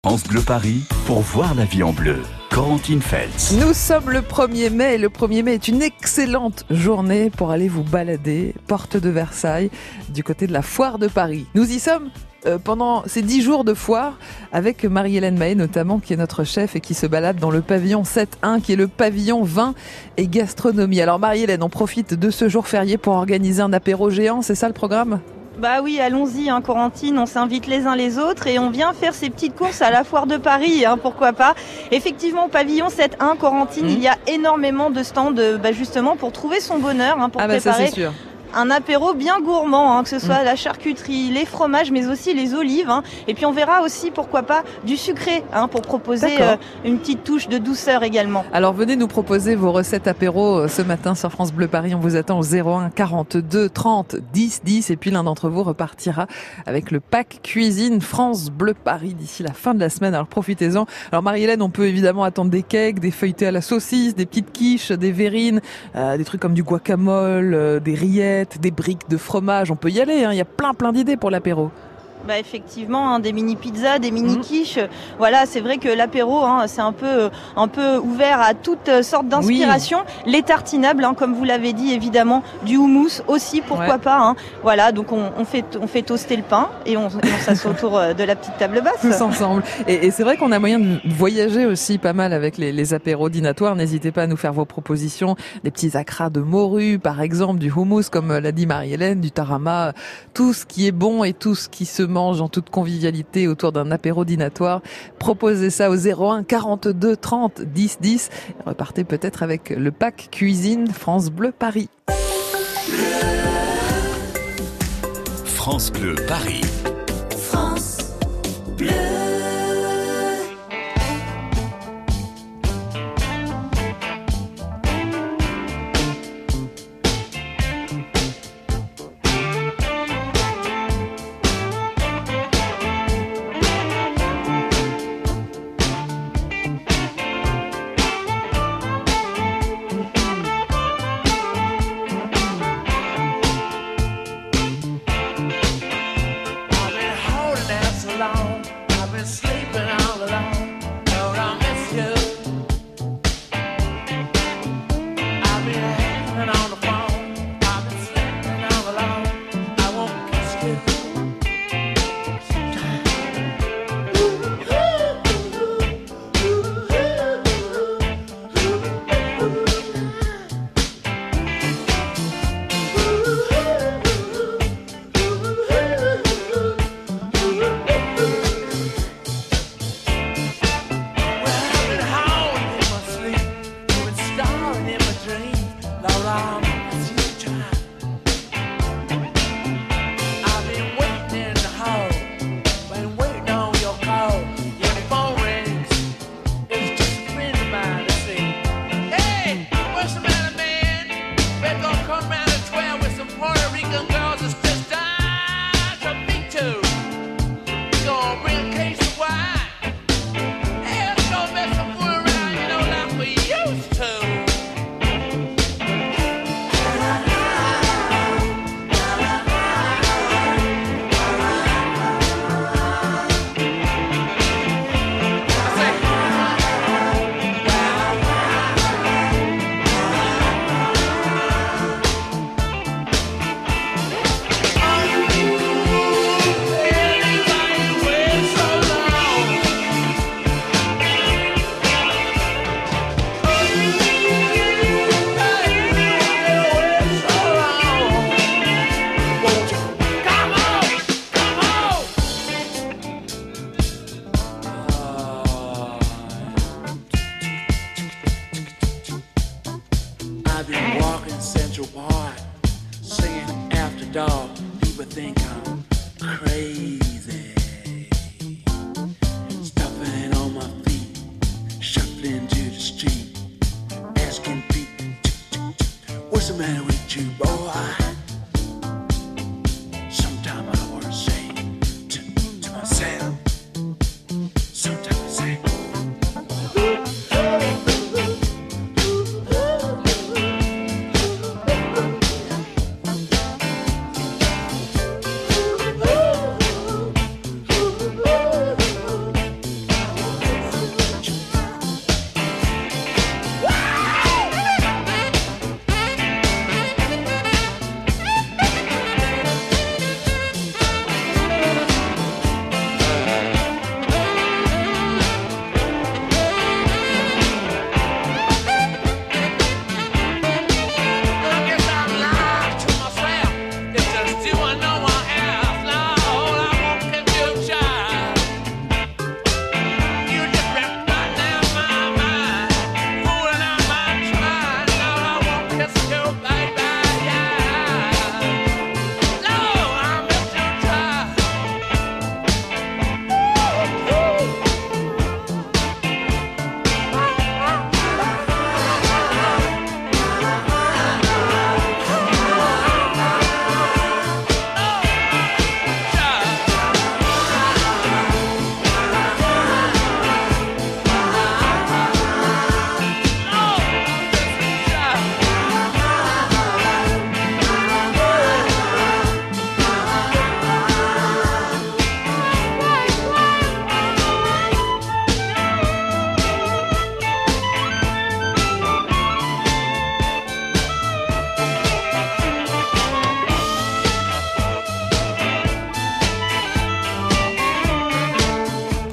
France Bleu Paris, pour voir la vie en bleu. Corentine Feltz. Nous sommes le 1er mai et le 1er mai est une excellente journée pour aller vous balader, porte de Versailles, du côté de la foire de Paris. Nous y sommes pendant ces 10 jours de foire avec Marie-Hélène Mahé notamment, qui est notre chef et qui se balade dans le pavillon 7.1 qui est le pavillon vin et gastronomie. Alors Marie-Hélène, on profite de ce jour férié pour organiser un apéro géant, c'est ça le programme ? Bah oui, allons-y, Corentine, on s'invite les uns les autres et on vient faire ces petites courses à la foire de Paris, pourquoi pas. Effectivement, au pavillon 7.1, Corentine, il y a énormément de stands justement pour trouver son bonheur, pour préparer ça, c'est sûr. Un apéro bien gourmand, que ce soit la charcuterie, les fromages, mais aussi les olives. Et puis on verra aussi, pourquoi pas, du sucré, pour proposer une petite touche de douceur également. Alors venez nous proposer vos recettes apéro ce matin sur France Bleu Paris. On vous attend au 01 42 30 10 10. Et puis l'un d'entre vous repartira avec le pack cuisine France Bleu Paris d'ici la fin de la semaine. Alors profitez-en. Alors Marie-Hélène, on peut évidemment attendre des cakes, des feuilletés à la saucisse, des petites quiches, des verrines, des trucs comme du guacamole, des rillettes, des briques de fromage, on peut y aller, il y a plein d'idées pour l'apéro. Effectivement, des mini pizzas, des mini quiches. Voilà, c'est vrai que l'apéro, c'est un peu ouvert à toutes sortes d'inspirations. Oui. Les tartinables, comme vous l'avez dit, évidemment, du houmous aussi, pourquoi pas. Voilà, donc on fait toaster le pain et on s'assoit autour de la petite table basse. Tous ensemble. Et c'est vrai qu'on a moyen de voyager aussi pas mal avec les apéros dînatoires. N'hésitez pas à nous faire vos propositions, des petits acras de morue, par exemple, du houmous, comme l'a dit Marie-Hélène, du tarama, tout ce qui est bon et tout ce qui se mange en toute convivialité autour d'un apéro dînatoire. Proposez ça au 01 42 30 10 10. Et repartez peut-être avec le pack cuisine France Bleu Paris. France Bleu Paris. France Bleu.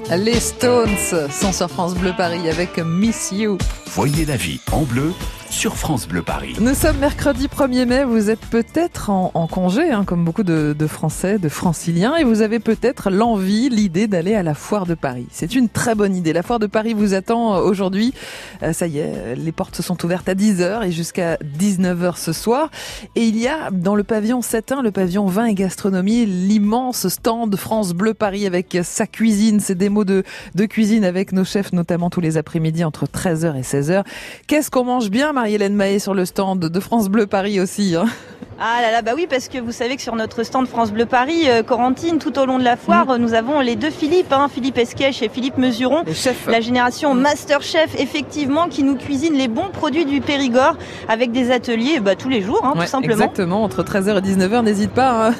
Les Stones sont sur France Bleu Paris avec Miss You. Voyez la vie en bleu sur France Bleu Paris. Nous sommes mercredi 1er mai, vous êtes peut-être en congé, comme beaucoup de Français, de Franciliens, et vous avez peut-être l'idée d'aller à la Foire de Paris. C'est une très bonne idée. La Foire de Paris vous attend aujourd'hui. Ça y est, les portes se sont ouvertes à 10h et jusqu'à 19h ce soir. Et il y a dans le pavillon 7.1, le pavillon vin et gastronomie, l'immense stand France Bleu Paris avec sa cuisine, ses démos de cuisine avec nos chefs, notamment tous les après-midi entre 13h et 16h. Qu'est-ce qu'on mange bien, Marie-Hélène Mahé, sur le stand de France Bleu Paris aussi, Ah là là, bah oui, parce que vous savez que sur notre stand France Bleu Paris, Corentine, tout au long de la foire, nous avons les deux Philippe, Philippe Esquèche et Philippe Mesuron, la génération Master Chef, effectivement, qui nous cuisine les bons produits du Périgord avec des ateliers tous les jours, tout simplement. Exactement, entre 13h et 19h, n'hésitez pas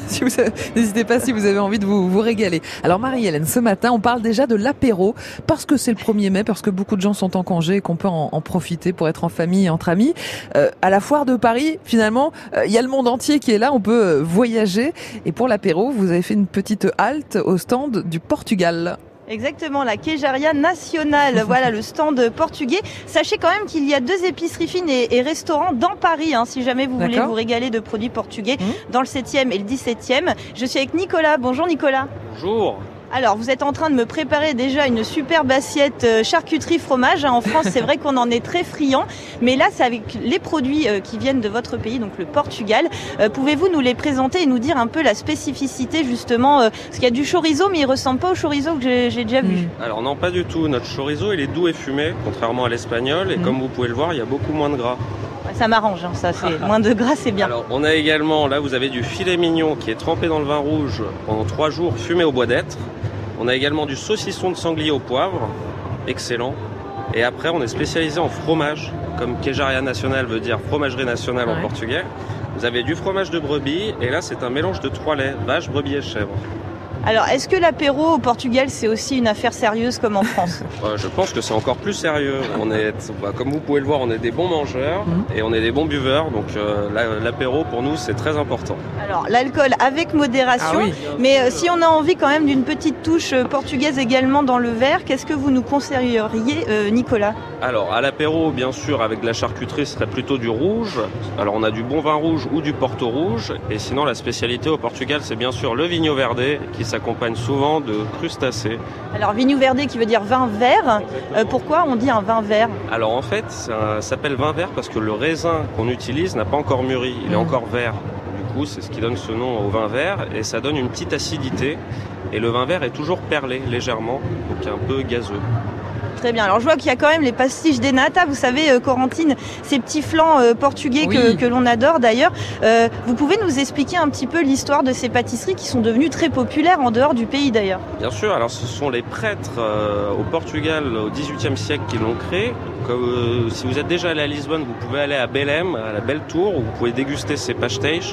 si vous avez envie de vous régaler. Alors Marie-Hélène, ce matin, on parle déjà de l'apéro, parce que c'est le 1er mai, parce que beaucoup de gens sont en congé et qu'on peut en profiter pour être en famille et entre amis. À la Foire de Paris, finalement, il y a le monde entier qui est là, on peut voyager. Et pour l'apéro, vous avez fait une petite halte au stand du Portugal. Exactement, la Queijaria Nacional, voilà le stand portugais. Sachez quand même qu'il y a 2 épiceries fines et restaurants dans Paris, si jamais vous voulez vous régaler de produits portugais, dans le 7e et le 17e. Je suis avec Nicolas. Bonjour Nicolas. Bonjour. Alors, vous êtes en train de me préparer déjà une superbe assiette charcuterie fromage. En France, c'est vrai qu'on en est très friand. Mais là, c'est avec les produits qui viennent de votre pays, donc le Portugal. Pouvez-vous nous les présenter et nous dire un peu la spécificité, justement, parce qu'il y a du chorizo, mais il ressemble pas au chorizo que j'ai déjà vu. Alors non, pas du tout. Notre chorizo, il est doux et fumé, contrairement à l'espagnol. Et comme vous pouvez le voir, il y a beaucoup moins de gras. Ça m'arrange, ça, c'est moins de gras, c'est bien. Alors, on a également, là, vous avez du filet mignon qui est trempé dans le vin rouge pendant 3 jours, fumé au bois d'être. On a également du saucisson de sanglier au poivre, excellent. Et après, on est spécialisé en fromage, comme Queijaria Nacional veut dire fromagerie nationale en portugais. Vous avez du fromage de brebis, et là, c'est un mélange de 3 laits, vache, brebis et chèvre. Alors, est-ce que l'apéro au Portugal, c'est aussi une affaire sérieuse comme en France ? Je pense que c'est encore plus sérieux. Comme vous pouvez le voir, on est des bons mangeurs et on est des bons buveurs. Donc l'apéro, pour nous, c'est très important. Alors, l'alcool avec modération. Mais si on a envie quand même d'une petite touche portugaise également dans le verre, qu'est-ce que vous nous conseilleriez, Nicolas ? Alors, à l'apéro, bien sûr, avec de la charcuterie, ce serait plutôt du rouge. Alors, on a du bon vin rouge ou du Porto rouge. Et sinon, la spécialité au Portugal, c'est bien sûr le vinho verde, qui s'accompagne souvent de crustacés. Alors vinho verde qui veut dire vin vert, pourquoi on dit un vin vert ? Alors en fait, ça s'appelle vin vert parce que le raisin qu'on utilise n'a pas encore mûri, il est encore vert. Du coup, c'est ce qui donne ce nom au vin vert et ça donne une petite acidité. Et le vin vert est toujours perlé légèrement, donc un peu gazeux. Très bien. Alors je vois qu'il y a quand même les pastiches de nata. Vous savez, Corentine, ces petits flancs portugais que l'on adore d'ailleurs. Vous pouvez nous expliquer un petit peu l'histoire de ces pâtisseries qui sont devenues très populaires en dehors du pays d'ailleurs ? Bien sûr. Alors ce sont les prêtres au Portugal au XVIIIe siècle qui l'ont créé. Si vous êtes déjà allé à Lisbonne, vous pouvez aller à Belém, à la Belle Tour, où vous pouvez déguster ces pastéis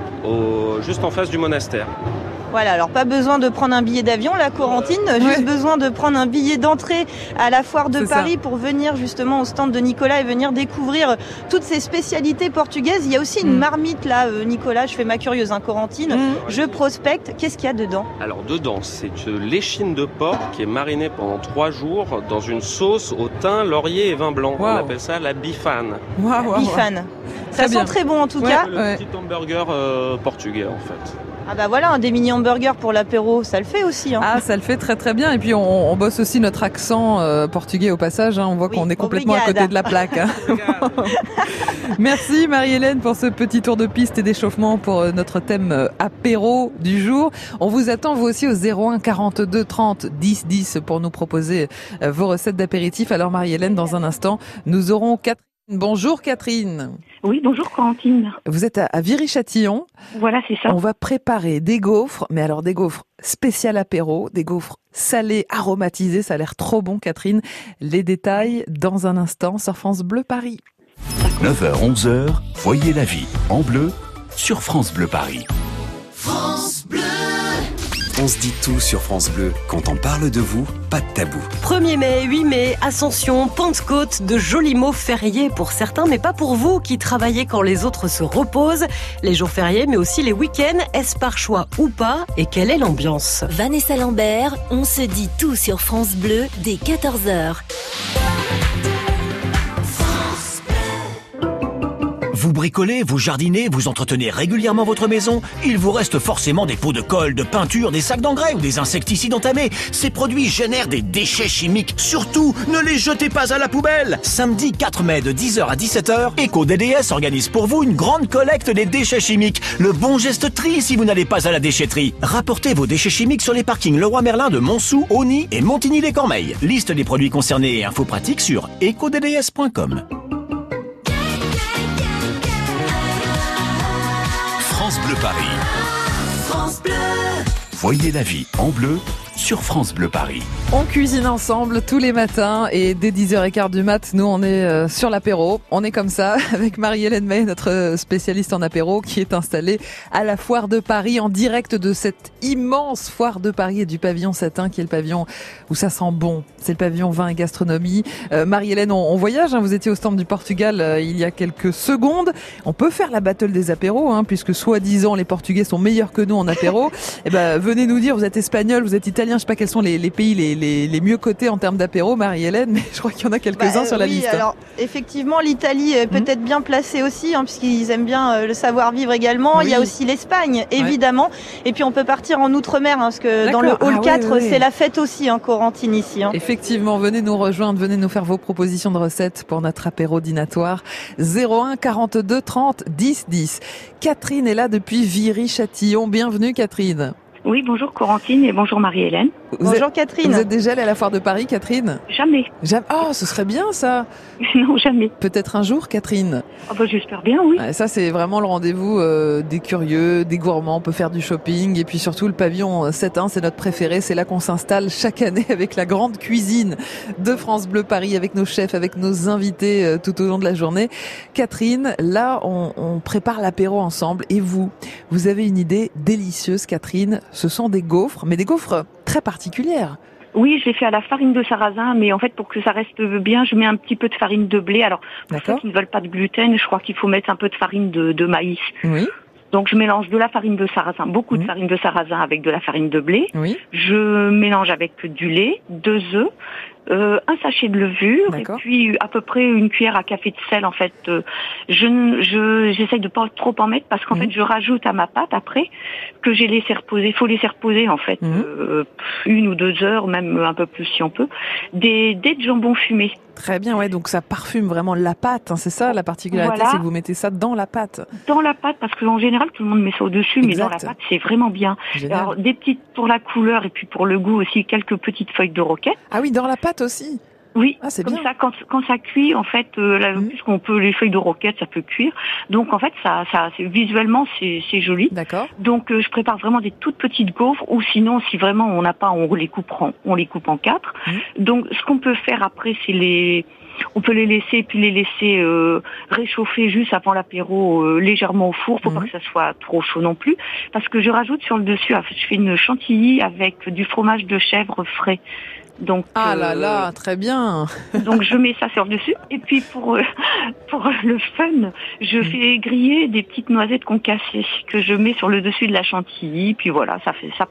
juste en face du monastère. Voilà, alors pas besoin de prendre un billet d'avion, la Corentine, juste besoin de prendre un billet d'entrée à la Foire de Paris pour venir justement au stand de Nicolas et venir découvrir toutes ces spécialités portugaises. Il y a aussi une marmite là, Nicolas, je fais ma curieuse, Corentine, je prospecte, qu'est-ce qu'il y a dedans ? Alors dedans, c'est l'échine de porc qui est marinée pendant 3 jours dans une sauce au thym, laurier et vin blanc. On appelle ça la bifane. Bifane. Ça sent très bon en tout cas. Le petit hamburger portugais en fait. Ah bah voilà, des mini hamburgers pour l'apéro, ça le fait aussi. Ah, ça le fait très très bien. Et puis on bosse aussi notre accent portugais au passage. On voit qu'on est complètement à côté de la plaque. Merci Marie-Hélène pour ce petit tour de piste et d'échauffement pour notre thème apéro du jour. On vous attend vous aussi au 01 42 30 10 10 pour nous proposer vos recettes d'apéritif. Alors Marie-Hélène, dans un instant, nous aurons Catherine. Bonjour Catherine. Oui, bonjour Corentine. Vous êtes à Viry-Châtillon. Voilà, c'est ça. On va préparer des gaufres, mais alors des gaufres spéciales apéro, des gaufres salées, aromatisées. Ça a l'air trop bon Catherine. Les détails dans un instant sur France Bleu Paris. 9h-11h, voyez la vie en bleu sur France Bleu Paris. France Bleu. On se dit tout sur France Bleu. Quand on parle de vous, pas de tabou. 1er mai, 8 mai, Ascension, Pentecôte, de jolis mots fériés pour certains, mais pas pour vous qui travaillez quand les autres se reposent. Les jours fériés, mais aussi les week-ends, est-ce par choix ou pas? Et quelle est l'ambiance? Vanessa Lambert, on se dit tout sur France Bleu dès 14h. Vous bricolez, vous jardinez, vous entretenez régulièrement votre maison. Il vous reste forcément des pots de colle, de peinture, des sacs d'engrais ou des insecticides entamés. Ces produits génèrent des déchets chimiques. Surtout, ne les jetez pas à la poubelle. Samedi 4 mai de 10h à 17h, EcoDDS organise pour vous une grande collecte des déchets chimiques. Le bon geste tri si vous n'allez pas à la déchetterie. Rapportez vos déchets chimiques sur les parkings Leroy Merlin de Montsou, Auny et Montigny-les-Cormeilles. Liste des produits concernés et infos pratiques sur ecodds.com. France Bleu Paris. France Bleu. Voyez la vie en bleu sur France Bleu Paris. On cuisine ensemble tous les matins et dès 10h15 du mat, nous on est sur l'apéro. On est comme ça avec Marie-Hélène May, notre spécialiste en apéro qui est installée à la Foire de Paris en direct de cette immense Foire de Paris et du pavillon Satin qui est le pavillon où ça sent bon. C'est le pavillon vin et gastronomie. Marie-Hélène, on voyage, hein, vous étiez au stand du Portugal il y a quelques secondes. On peut faire la battle des apéros, hein, puisque soi-disant les Portugais sont meilleurs que nous en apéro. Eh ben, venez nous dire, vous êtes espagnol, vous êtes italien, je sais pas quels sont les pays les mieux cotés en termes d'apéro, Marie-Hélène, mais je crois qu'il y en a quelques-uns sur la liste. Alors, effectivement, l'Italie est peut-être bien placée aussi, hein, puisqu'ils aiment bien le savoir-vivre également. Oui. Il y a aussi l'Espagne, évidemment. Et puis, on peut partir en Outre-mer, hein, parce que dans le hall 4, c'est la fête aussi, hein, Corentine, ici. Hein. Effectivement, venez nous rejoindre, venez nous faire vos propositions de recettes pour notre apéro dînatoire. 01 42 30 10 10. Catherine est là depuis Viry-Châtillon. Bienvenue, Catherine. Oui, bonjour Corentine et bonjour Marie-Hélène. Bonjour Catherine. Vous êtes déjà allée à la Foire de Paris, Catherine? Jamais. Oh, ce serait bien ça. Non, jamais. Peut-être un jour, Catherine. Oh bah, j'espère bien, oui. Ça, c'est vraiment le rendez-vous des curieux, des gourmands. On peut faire du shopping et puis surtout le pavillon Satin, c'est notre préféré. C'est là qu'on s'installe chaque année avec la grande cuisine de France Bleu Paris, avec nos chefs, avec nos invités tout au long de la journée. Catherine, là, on prépare l'apéro ensemble et vous avez une idée délicieuse, Catherine. Ce sont des gaufres, mais des gaufres très particulières. Oui, je l'ai fait à la farine de sarrasin, mais en fait, pour que ça reste bien, je mets un petit peu de farine de blé. Alors, pour ceux qui ne veulent pas de gluten, je crois qu'il faut mettre un peu de farine de maïs. Oui. Donc, je mélange de la farine de sarrasin, beaucoup de farine de sarrasin avec de la farine de blé. Oui. Je mélange avec du lait, 2 œufs, un sachet de levure, et puis à peu près une cuillère à café de sel. En fait, j'essaye de pas trop en mettre parce qu'en fait, je rajoute à ma pâte après que j'ai laissé reposer. Il faut laisser reposer en fait 1 ou 2 heures, même un peu plus si on peut. Des dés de jambon fumé. Très bien, ouais. Donc ça parfume vraiment la pâte. Hein, c'est ça la particularité, c'est que vous mettez ça dans la pâte. Dans la pâte, parce qu'en général tout le monde met ça au-dessus, mais dans la pâte c'est vraiment bien. Alors des petites pour la couleur et puis pour le goût aussi, quelques petites feuilles de roquette. Ah oui, dans la pâte aussi. Oui, comme bien. Ça, quand ça cuit, en fait, puisqu'on peut, les feuilles de roquette, ça peut cuire. Donc, en fait, visuellement, c'est joli. D'accord. Donc, je prépare vraiment des toutes petites gaufres, ou sinon, si vraiment on n'a pas, on les coupe en 4. Donc, ce qu'on peut faire après, c'est on peut les laisser réchauffer juste avant l'apéro légèrement au four, faut pas que ça soit trop chaud non plus, parce que je rajoute sur le dessus, je fais une chantilly avec du fromage de chèvre frais. Donc, très bien. Donc je mets ça sur le dessus et puis pour le fun, je fais griller des petites noisettes concassées que je mets sur le dessus de la chantilly. Puis voilà, ça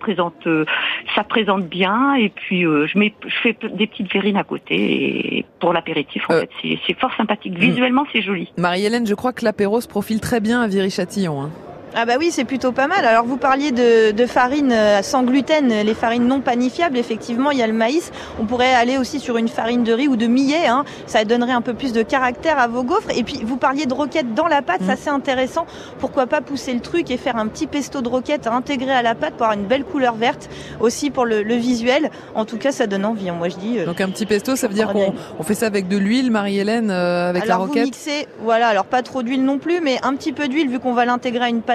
présente bien et puis je fais des petites verrines à côté et pour l'apéritif en fait c'est fort sympathique. Visuellement c'est joli. Marie-Hélène, je crois que l'apéro se profile très bien à Viry-Châtillon. Hein. Ah bah oui, c'est plutôt pas mal. Alors vous parliez de farine sans gluten, les farines non panifiables. Effectivement, il y a le maïs. On pourrait aller aussi sur une farine de riz ou de millet. Hein. Ça donnerait un peu plus de caractère à vos gaufres. Et puis vous parliez de roquette dans la pâte, ça c'est intéressant. Pourquoi pas pousser le truc et faire un petit pesto de roquette intégré à la pâte pour avoir une belle couleur verte aussi pour le visuel. En tout cas, ça donne envie. Hein. Moi je dis. Donc un petit pesto, ça veut dire qu'on fait ça avec de l'huile, Marie-Hélène, avec la roquette. Alors vous mixez, voilà. Alors pas trop d'huile non plus, mais un petit peu d'huile vu qu'on va l'intégrer à une pâte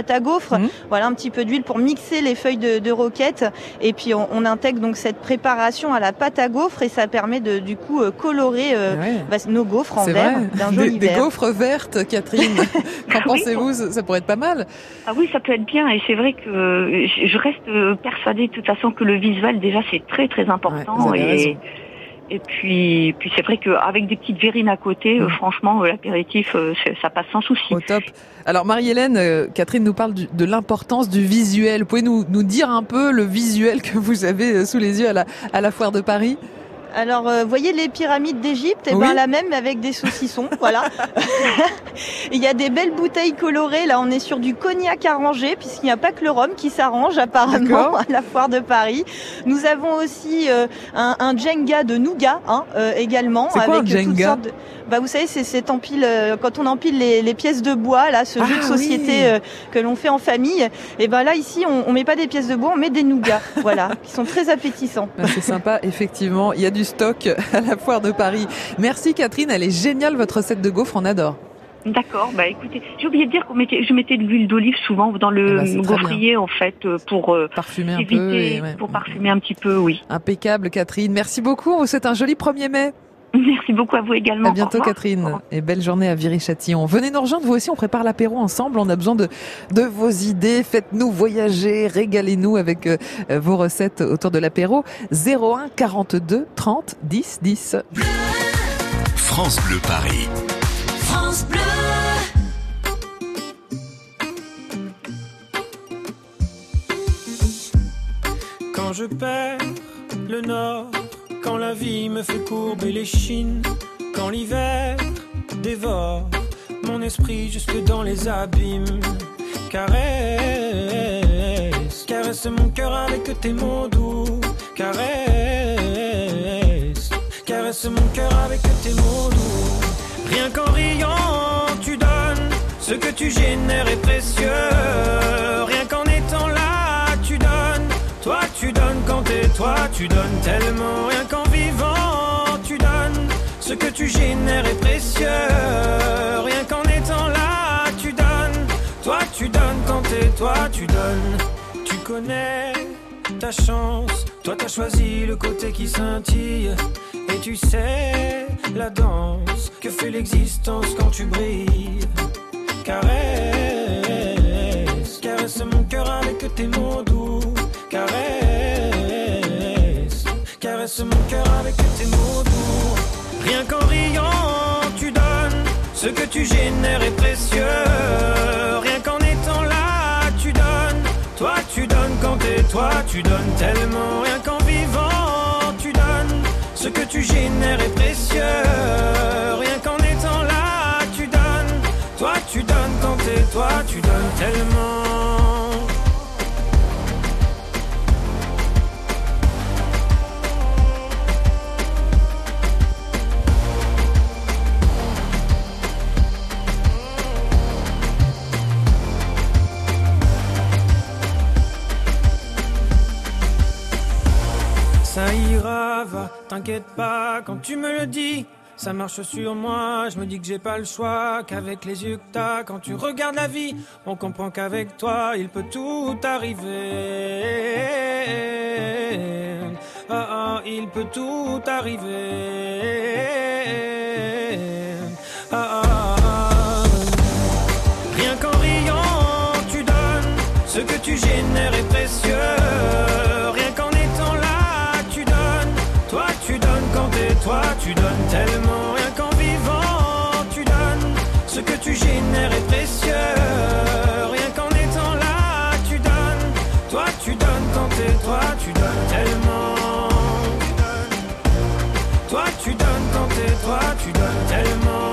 pâte à gaufres. Voilà, un petit peu d'huile pour mixer les feuilles de roquette. Et puis on intègre donc cette préparation à la pâte à gaufres et ça permet de du coup colorer nos gaufres en vert d'un joli vert. Des gaufres vertes, Catherine. Qu'en pensez-vous? Ça pourrait être pas mal. Ah oui, ça peut être bien. Et c'est vrai que je reste persuadée de toute façon que le visuel déjà c'est très très important. Et puis c'est vrai qu'avec des petites verrines à côté, franchement, l'apéritif, ça passe sans souci. Au top. Alors Marie-Hélène, Catherine nous parle de l'importance du visuel. Pouvez nous dire un peu le visuel que vous avez sous les yeux à la Foire de Paris? Alors, voyez les pyramides d'Égypte, la même avec des saucissons, voilà. Il y a des belles bouteilles colorées. Là, on est sur du cognac arrangé, puisqu'il n'y a pas que le rhum qui s'arrange apparemment à la Foire de Paris. Nous avons aussi un Jenga de nougat également. C'est quoi un Jenga? Toutes sortes de... vous savez, c'est quand on empile les pièces de bois, là, ce jeu de société que l'on fait en famille. Et là, ici, on met pas des pièces de bois, on met des nougats, voilà, qui sont très appétissants. C'est sympa, effectivement. Il y a du stock à la Foire de Paris. Merci Catherine, elle est géniale votre recette de gaufres, on adore. D'accord, écoutez, j'ai oublié de dire je mettais de l'huile d'olive souvent dans le gaufrier en fait pour parfumer un éviter, peu pour parfumer un petit peu, oui. Impeccable Catherine, merci beaucoup, on vous souhaite un joli 1er mai. Merci beaucoup à vous également. À bientôt Catherine et belle journée à Viry-Châtillon. Venez nous rejoindre vous aussi, on prépare l'apéro ensemble, on a besoin de vos idées, faites-nous voyager, régalez-nous avec vos recettes autour de l'apéro. 01 42 30 10 10. France Bleu Paris. France Bleu. Quand je perds le nord, quand la vie me fait courber les chines, quand l'hiver dévore mon esprit jusque dans les abîmes, caresse mon cœur avec tes mots doux, caresse mon cœur avec tes mots doux. Rien qu'en riant tu donnes, ce que tu génères est précieux. Rien qu'en étant là tu donnes, toi tu donnes quand t'es toi, tu donnes tellement. Rien qu'en vivant tu donnes, ce que tu génères est précieux. Rien qu'en étant là tu donnes, toi tu donnes quand t'es toi, tu donnes. Tu connais ta chance, toi t'as choisi le côté qui scintille. Et tu sais la danse que fait l'existence quand tu brilles. Caresse mon cœur avec tes mots doux. Caresse mon cœur avec tes mots doux. Rien qu'en riant tu donnes, ce que tu génères est précieux. Rien qu'en étant là tu donnes, toi tu donnes quand t'es toi, tu donnes tellement. Rien qu'en vivant tu donnes, ce que tu génères est précieux. Rien qu'en étant là tu donnes, toi tu donnes quand t'es toi, tu donnes tellement. Ça ira, va, t'inquiète pas, quand tu me le dis, ça marche sur moi, je me dis que j'ai pas le choix, qu'avec les yeux que t'as, quand tu regardes la vie, on comprend qu'avec toi, il peut tout arriver. Il peut tout arriver. Rien qu'en riant, tu donnes, ce que tu génères est précieux. Rien qu'en étant là, tu donnes, toi tu donnes quand t'es toi, tu donnes tellement. Rien qu'en vivant, tu donnes, ce que tu génères est précieux. Rien qu'en étant là, tu donnes, toi tu donnes quand t'es toi, tu donnes tellement. Toi tu donnes quand t'es toi, tu donnes tellement.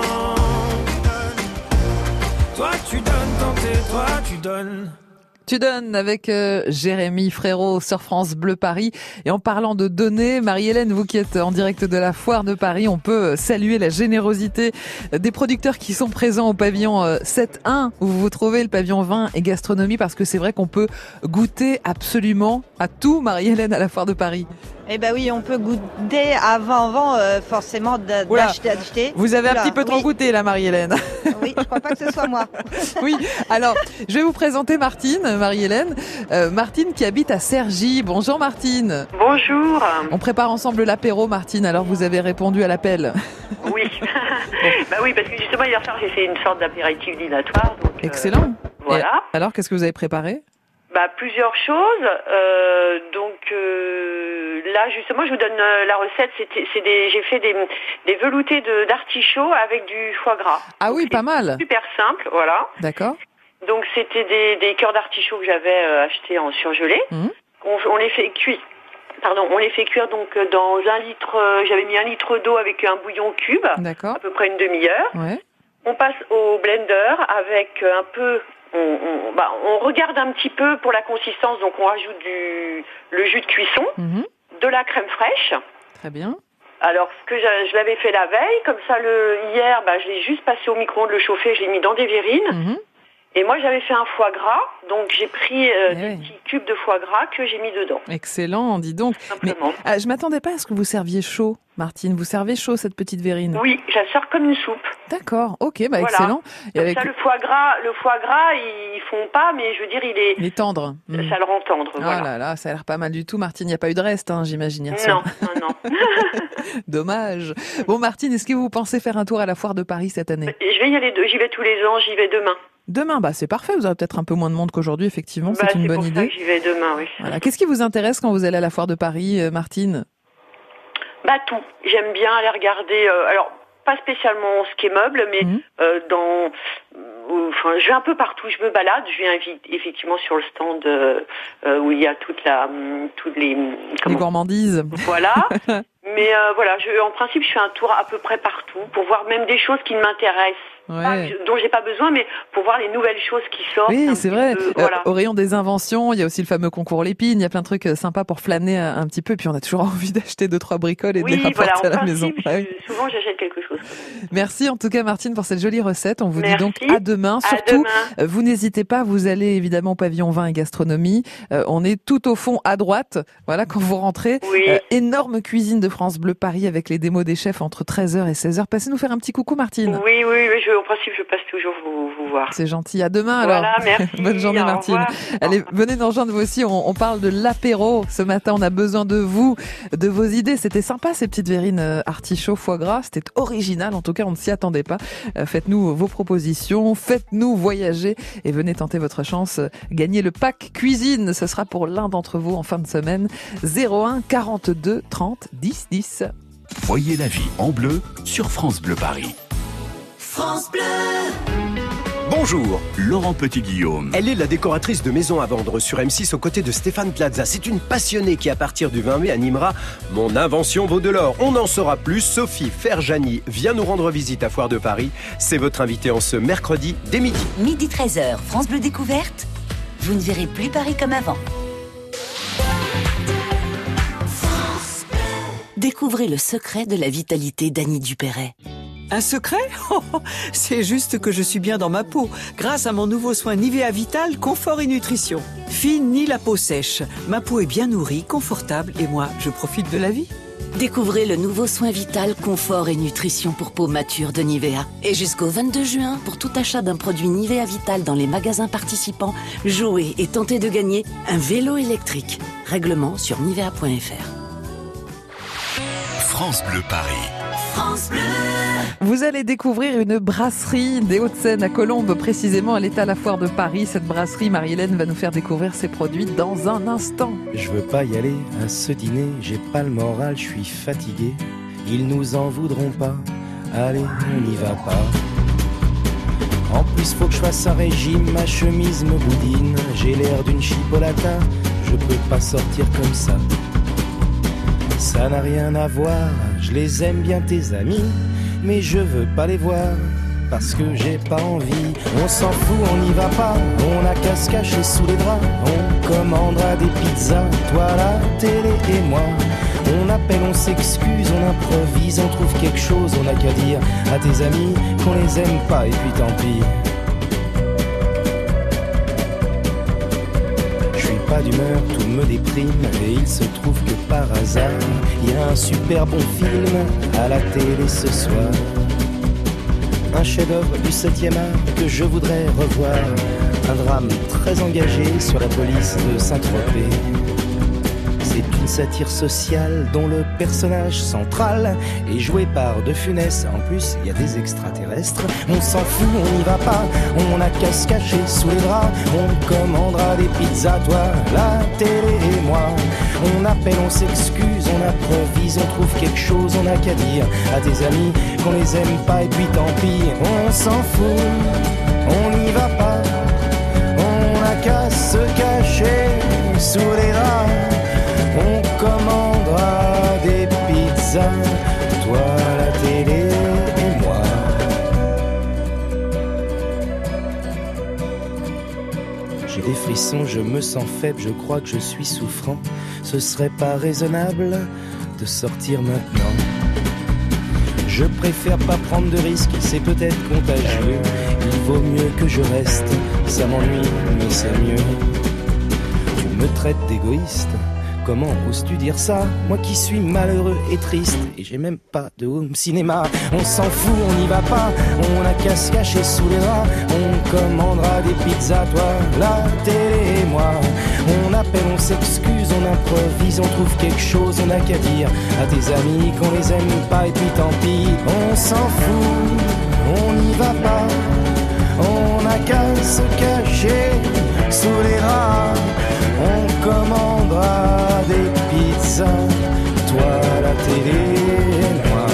Toi tu donnes quand t'es toi, tu donnes. Tu donnes avec Jérémy Frérot sur France Bleu Paris. Et en parlant de donner, Marie-Hélène, vous qui êtes en direct de la Foire de Paris, on peut saluer la générosité des producteurs qui sont présents au pavillon 7.1 où vous vous trouvez, le pavillon vin et gastronomie, parce que c'est vrai qu'on peut goûter absolument à tout, Marie-Hélène, à la Foire de Paris. Eh ben oui, on peut goûter avant forcément d'acheter. Vous avez un petit peu trop goûté là, Marie-Hélène. Oui, je crois pas que ce soit moi. Oui, alors je vais vous présenter Martine, Marie-Hélène. Martine qui habite à Cergy. Bonjour Martine. Bonjour. On prépare ensemble l'apéro, Martine, alors vous avez répondu à l'appel. Oui. Bah oui, parce que justement hier soir j'ai fait une sorte d'apéritif dînatoire. Donc, excellent. Voilà. Et alors qu'est-ce que vous avez préparé ? Plusieurs choses. Là, justement, je vous donne la recette. J'ai fait des veloutés d'artichaut avec du foie gras. Ah oui, pas mal. Super simple, voilà. D'accord. Donc, c'était des cœurs d'artichaut que j'avais achetés en surgelé. On les fait cuire. On les fait cuire donc dans 1 litre. J'avais mis 1 litre d'eau avec un bouillon cube. D'accord. À peu près une demi-heure. Ouais. On passe au blender avec un peu. On regarde un petit peu pour la consistance, donc on rajoute le jus de cuisson, de la crème fraîche. Très bien. Alors, ce que je l'avais fait la veille, comme ça hier, je l'ai juste passé au micro-ondes, le chauffé, je l'ai mis dans des verrines. Et moi, j'avais fait un foie gras, donc j'ai pris des petits cubes de foie gras que j'ai mis dedans. Excellent, dis donc. Simplement. Mais je m'attendais pas à ce que vous serviez chaud, Martine. Vous servez chaud cette petite verrine ? Oui, je la sers comme une soupe. D'accord, ok, voilà. Excellent. Et avec ça, le foie gras, il fond pas, mais je veux dire, il est tendre. Ça le rend tendre. Oh là là, ça a l'air pas mal du tout, Martine. Il n'y a pas eu de reste, j'imagine, hier soir. Non. Dommage. Bon, Martine, est-ce que vous pensez faire un tour à la Foire de Paris cette année ? Je vais y aller, j'y vais tous les ans, j'y vais demain. Demain, c'est parfait. Vous aurez peut-être un peu moins de monde qu'aujourd'hui, effectivement. C'est une bonne idée. C'est pour ça que j'y vais demain, oui. Voilà. Qu'est-ce qui vous intéresse quand vous allez à la Foire de Paris, Martine ? Tout. J'aime bien aller regarder. Alors, pas spécialement ce qui est meuble, mais je vais un peu partout. Je me balade. Je viens effectivement sur le stand où il y a toutes les gourmandises. Voilà. Mais en principe, je fais un tour à peu près partout pour voir même des choses qui ne m'intéressent. Dont j'ai pas besoin, mais pour voir les nouvelles choses qui sortent. Oui, c'est vrai. Au rayon des inventions, il y a aussi le fameux concours Lépine. Il y a plein de trucs sympas pour flâner un petit peu. Et puis on a toujours envie d'acheter 2-3 bricoles et de les rapporter à la maison. Souvent, j'achète quelque chose. Merci en tout cas, Martine, pour cette jolie recette. On vous dit donc à demain. Surtout, vous n'hésitez pas. Vous allez évidemment au pavillon vin et gastronomie. On est tout au fond à droite. Voilà, quand vous rentrez. Énorme cuisine de France Bleu Paris avec les démos des chefs entre 13h et 16h. Passez nous faire un petit coucou, Martine. Oui. En principe, je passe toujours vous voir. C'est gentil. À demain, alors. Voilà, merci. Bonne journée, Martine. Allez, venez nous rejoindre vous aussi. On parle de l'apéro. Ce matin, on a besoin de vous, de vos idées. C'était sympa, ces petites verrines artichaut, foie gras. C'était original. En tout cas, on ne s'y attendait pas. Faites-nous vos propositions. Faites-nous voyager et venez tenter votre chance. Gagnez le pack cuisine. Ce sera pour l'un d'entre vous en fin de semaine. 01 42 30 10 10. Voyez la vie en bleu sur France Bleu Paris. France Bleu. Bonjour, Laurent Petit-Guillaume. Elle est la décoratrice de maisons à vendre sur M6 aux côtés de Stéphane Plaza. C'est une passionnée qui, à partir du 20 mai, animera Mon invention vaut de l'or. On en saura plus. Sophie Ferjani vient nous rendre visite à Foire de Paris. C'est votre invitée en ce mercredi dès midi. Midi 13h, France Bleu Découverte. Vous ne verrez plus Paris comme avant. Découvrez le secret de la vitalité d'Annie Dupéret. Un secret ? C'est juste que je suis bien dans ma peau, grâce à mon nouveau soin Nivea Vital Confort et Nutrition. Fine ni la peau sèche, ma peau est bien nourrie, confortable et moi, je profite de la vie. Découvrez le nouveau soin Vital Confort et Nutrition pour peau mature de Nivea. Et jusqu'au 22 juin, pour tout achat d'un produit Nivea Vital dans les magasins participants, jouez et tentez de gagner un vélo électrique. Règlement sur nivea.fr. France Bleu Paris. France Bleu. Vous allez découvrir une brasserie des Hauts-de-Seine à Colombes, précisément. Elle est à la Foire de Paris. Cette brasserie, Marie-Hélène va nous faire découvrir ses produits dans un instant. Je veux pas y aller à ce dîner, j'ai pas le moral, je suis fatigué. Ils nous en voudront pas, allez, on n'y va pas. En plus, faut que je fasse un régime, ma chemise me boudine. J'ai l'air d'une chipolata, je peux pas sortir comme ça. Ça n'a rien à voir, je les aime bien tes amis, mais je veux pas les voir, parce que j'ai pas envie. On s'en fout, on n'y va pas, on a qu'à se cacher sous les draps. On commandera des pizzas, toi la télé et moi. On appelle, on s'excuse, on improvise, on trouve quelque chose, on n'a qu'à dire à tes amis qu'on les aime pas et puis tant pis. Je suis pas d'humeur, tout me déprime, et il se trouve que par hasard, il y a un super bon film à la télé ce soir. Un chef-d'œuvre du 7e art que je voudrais revoir. Un drame très engagé sur la police de Saint-Tropez. C'est une satire sociale dont le personnage central est joué par De Funès. En plus, il y a des extraterrestres. On s'en fout, on n'y va pas. On n'a qu'à se cacher sous les draps. On commandera des pizzas, toi, la télé et moi. On appelle, on s'excuse, on improvise, on trouve quelque chose, on n'a qu'à dire à tes amis qu'on les aime pas et puis tant pis. On s'en fout, on n'y va pas. On n'a qu'à se cacher sous les draps. On commandera des pizzas, toi la télé et moi. J'ai des frissons, je me sens faible, je crois que je suis souffrant. Ce serait pas raisonnable de sortir maintenant. Je préfère pas prendre de risques, c'est peut-être contagieux. Il vaut mieux que je reste, ça m'ennuie, mais c'est mieux. Tu me traites d'égoïste. Comment oses-tu dire ça? Moi qui suis malheureux et triste, et j'ai même pas de home cinéma. On s'en fout, on n'y va pas, on n'a qu'à se cacher sous les draps. On commandera des pizzas, toi, la télé et moi. On appelle, on s'excuse, on improvise, on trouve quelque chose, on n'a qu'à dire à tes amis qu'on les aime pas et puis tant pis. On s'en fout, on n'y va pas, on n'a qu'à se cacher sous les draps. On commandera des pizzas, toi la télé et moi.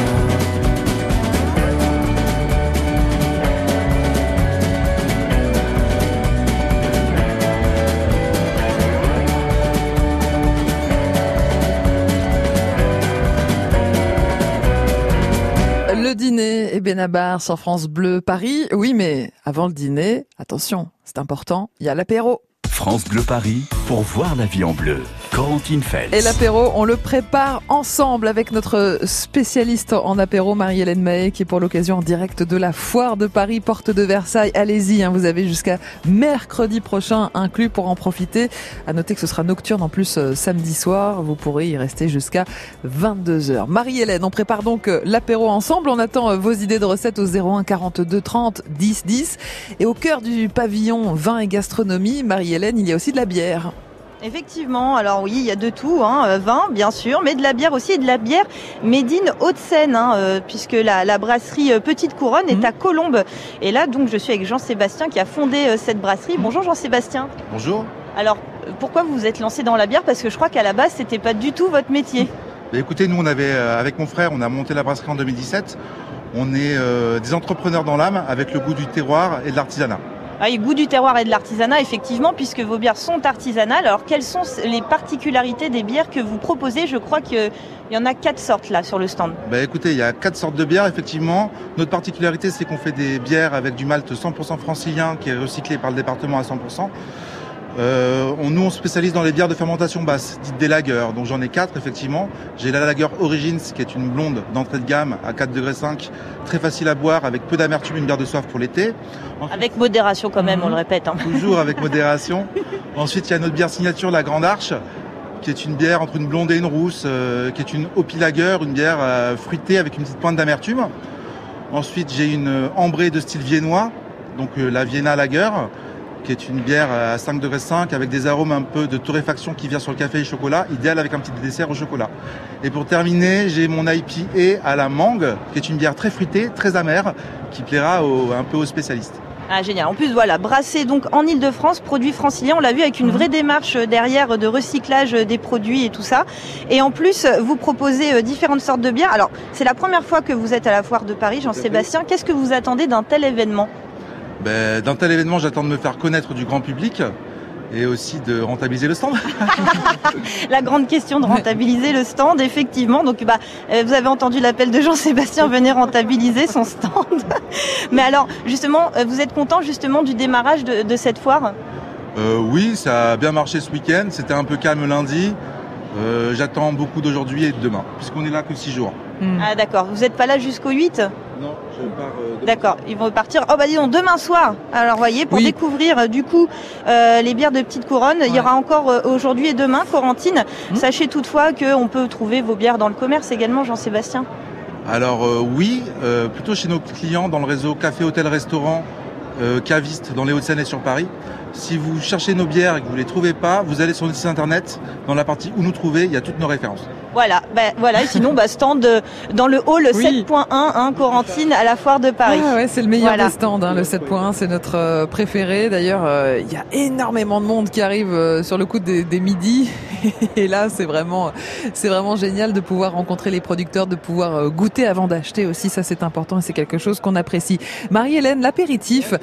Le dîner et Benabar sur France Bleu Paris. Oui, mais avant le dîner, attention, c'est important, il y a l'apéro. France Bleu Paris, pour voir la vie en bleu. Corentine Fels. Et l'apéro, on le prépare ensemble avec notre spécialiste en apéro, Marie-Hélène Mahé, qui est pour l'occasion en direct de la Foire de Paris, porte de Versailles. Allez-y, vous avez jusqu'à mercredi prochain inclus pour en profiter. À noter que ce sera nocturne en plus samedi soir. Vous pourrez y rester jusqu'à 22h. Marie-Hélène, on prépare donc l'apéro ensemble. On attend vos idées de recettes au 01 42 30 10 10. Et au cœur du pavillon vin et gastronomie, Marie-Hélène, il y a aussi de la bière. Effectivement, alors oui, il y a de tout, vin bien sûr, mais de la bière aussi, et de la bière made in Hauts-de-Seine, puisque la brasserie Petite Couronne est à Colombes. Et là, donc, je suis avec Jean-Sébastien qui a fondé cette brasserie. Bonjour Jean-Sébastien. Bonjour. Alors, pourquoi vous vous êtes lancé dans la bière? Parce que je crois qu'à la base, c'était pas du tout votre métier. Écoutez, nous, on avait, avec mon frère, on a monté la brasserie en 2017. On est des entrepreneurs dans l'âme, avec le goût du terroir et de l'artisanat. Ah, et goût du terroir et de l'artisanat, effectivement, puisque vos bières sont artisanales. Alors, quelles sont les particularités des bières que vous proposez? Je crois qu'il y en a 4 sortes là sur le stand. Écoutez, il y a 4 sortes de bières, effectivement. Notre particularité, c'est qu'on fait des bières avec du malt 100% francilien qui est recyclé par le département à 100%. Nous, on se spécialise dans les bières de fermentation basse, dites des lagers. Donc j'en ai 4, effectivement. J'ai la Lager Origins, qui est une blonde d'entrée de gamme à 4,5 degrés, très facile à boire, avec peu d'amertume, une bière de soif pour l'été. Ensuite, avec modération quand même, on le répète. Toujours avec modération. Ensuite, il y a notre bière signature, la Grande Arche, qui est une bière entre une blonde et une rousse, qui est une Hopi Lager, une bière fruitée avec une petite pointe d'amertume. Ensuite, j'ai une ambrée de style viennois, donc la Vienna Lager, qui est une bière à 5,5 degrés avec des arômes un peu de torréfaction qui vient sur le café et le chocolat, idéal avec un petit dessert au chocolat. Et pour terminer, j'ai mon IPA à la mangue, qui est une bière très fruitée, très amère, qui plaira un peu aux spécialistes. Ah, génial. En plus, voilà, brassé donc en Ile-de-France, produit francilien. On l'a vu avec une vraie démarche derrière de recyclage des produits et tout ça. Et en plus, vous proposez différentes sortes de bières. Alors, c'est la première fois que vous êtes à la Foire de Paris, Jean-Sébastien. Qu'est-ce que vous attendez d'un tel événement? D'un tel événement, j'attends de me faire connaître du grand public et aussi de rentabiliser le stand. La grande question de rentabiliser le stand, effectivement. Donc, vous avez entendu l'appel de Jean-Sébastien, venez rentabiliser son stand. Mais alors, justement, vous êtes content justement du démarrage de cette foire? Oui, ça a bien marché ce week-end. C'était un peu calme lundi. J'attends beaucoup d'aujourd'hui et de demain, puisqu'on est là que 6 jours. Ah d'accord, vous n'êtes pas là jusqu'au 8? Non, je pars. D'accord, ils vont partir. Oh bah dis donc, demain soir. Alors voyez, pour découvrir du coup les bières de Petite Couronne, il y aura encore aujourd'hui et demain, Corentine. Sachez toutefois qu'on peut trouver vos bières dans le commerce également, Jean-Sébastien. Alors oui, plutôt chez nos clients dans le réseau Café Hôtel Restaurant Caviste dans les Hauts-de-Seine et sur Paris. Si vous cherchez nos bières et que vous les trouvez pas, vous allez sur notre site internet, dans la partie où nous trouver, il y a toutes nos références. Voilà, voilà. Et sinon, stand dans le hall 7.1, Corentine, à la Foire de Paris. Ah ouais, c'est le meilleur des stands, le 7.1, c'est notre préféré. D'ailleurs, il y a énormément de monde qui arrive sur le coup des midis. Et là, c'est vraiment génial de pouvoir rencontrer les producteurs, de pouvoir goûter avant d'acheter aussi. Ça, c'est important et c'est quelque chose qu'on apprécie. Marie-Hélène, l'apéritif,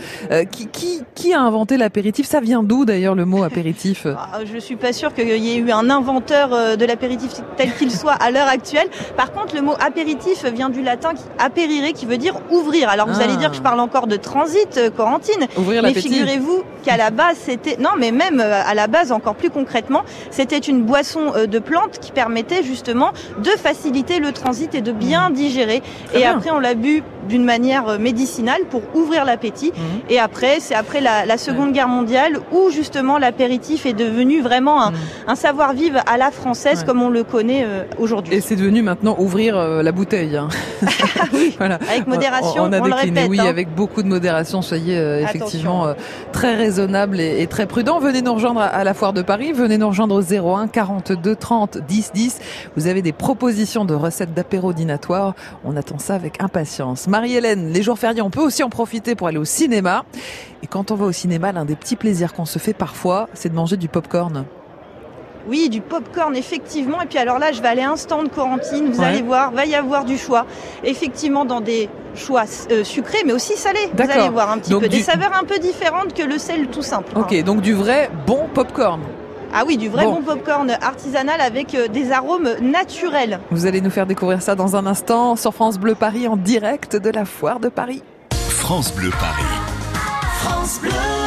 qui a inventé l'apéritif? Ça vient d'où d'ailleurs le mot apéritif? Je suis pas sûre qu'il y ait eu un inventeur de l'apéritif tel qu'il soit à l'heure actuelle. Par contre, le mot apéritif vient du latin apérire, qui veut dire ouvrir. Alors vous allez dire que je parle encore de transit, Corentine. Ouvrir mais l'appétit. Figurez-vous qu'à la base, même à la base, encore plus concrètement, c'était une boisson de plantes qui permettait justement de faciliter le transit et de bien digérer. Et après, on l'a bu d'une manière médicinale pour ouvrir l'appétit. Et après, c'est après la Seconde Guerre mondiale où justement l'apéritif est devenu vraiment un savoir-vivre à la française comme on le connaît aujourd'hui. Et c'est devenu maintenant ouvrir la bouteille. Oui, voilà. Avec modération, on a décliné, le répète. Avec beaucoup de modération. Soyez effectivement très raisonnable et très prudent. Venez nous rejoindre à la Foire de Paris. Venez nous rejoindre au 01 42 30 10 10. Vous avez des propositions de recettes d'apéro dînatoire. On attend ça avec impatience. Marie-Hélène, les jours fériés, on peut aussi en profiter pour aller au cinéma. Et quand on va au cinéma, l'un des petits plaisirs qu'on se fait parfois, c'est de manger du popcorn. Oui, du popcorn, effectivement. Et puis alors là, je vais aller à un stand Corentine. Vous allez voir, va y avoir du choix. Effectivement, dans des choix sucrés, mais aussi salés. Vous allez voir un petit peu des saveurs un peu différentes que le sel tout simple. Ok, donc du vrai bon popcorn. Ah oui, du vrai bon popcorn artisanal avec des arômes naturels. Vous allez nous faire découvrir ça dans un instant sur France Bleu Paris en direct de la Foire de Paris. France Bleu Paris. France Bleu.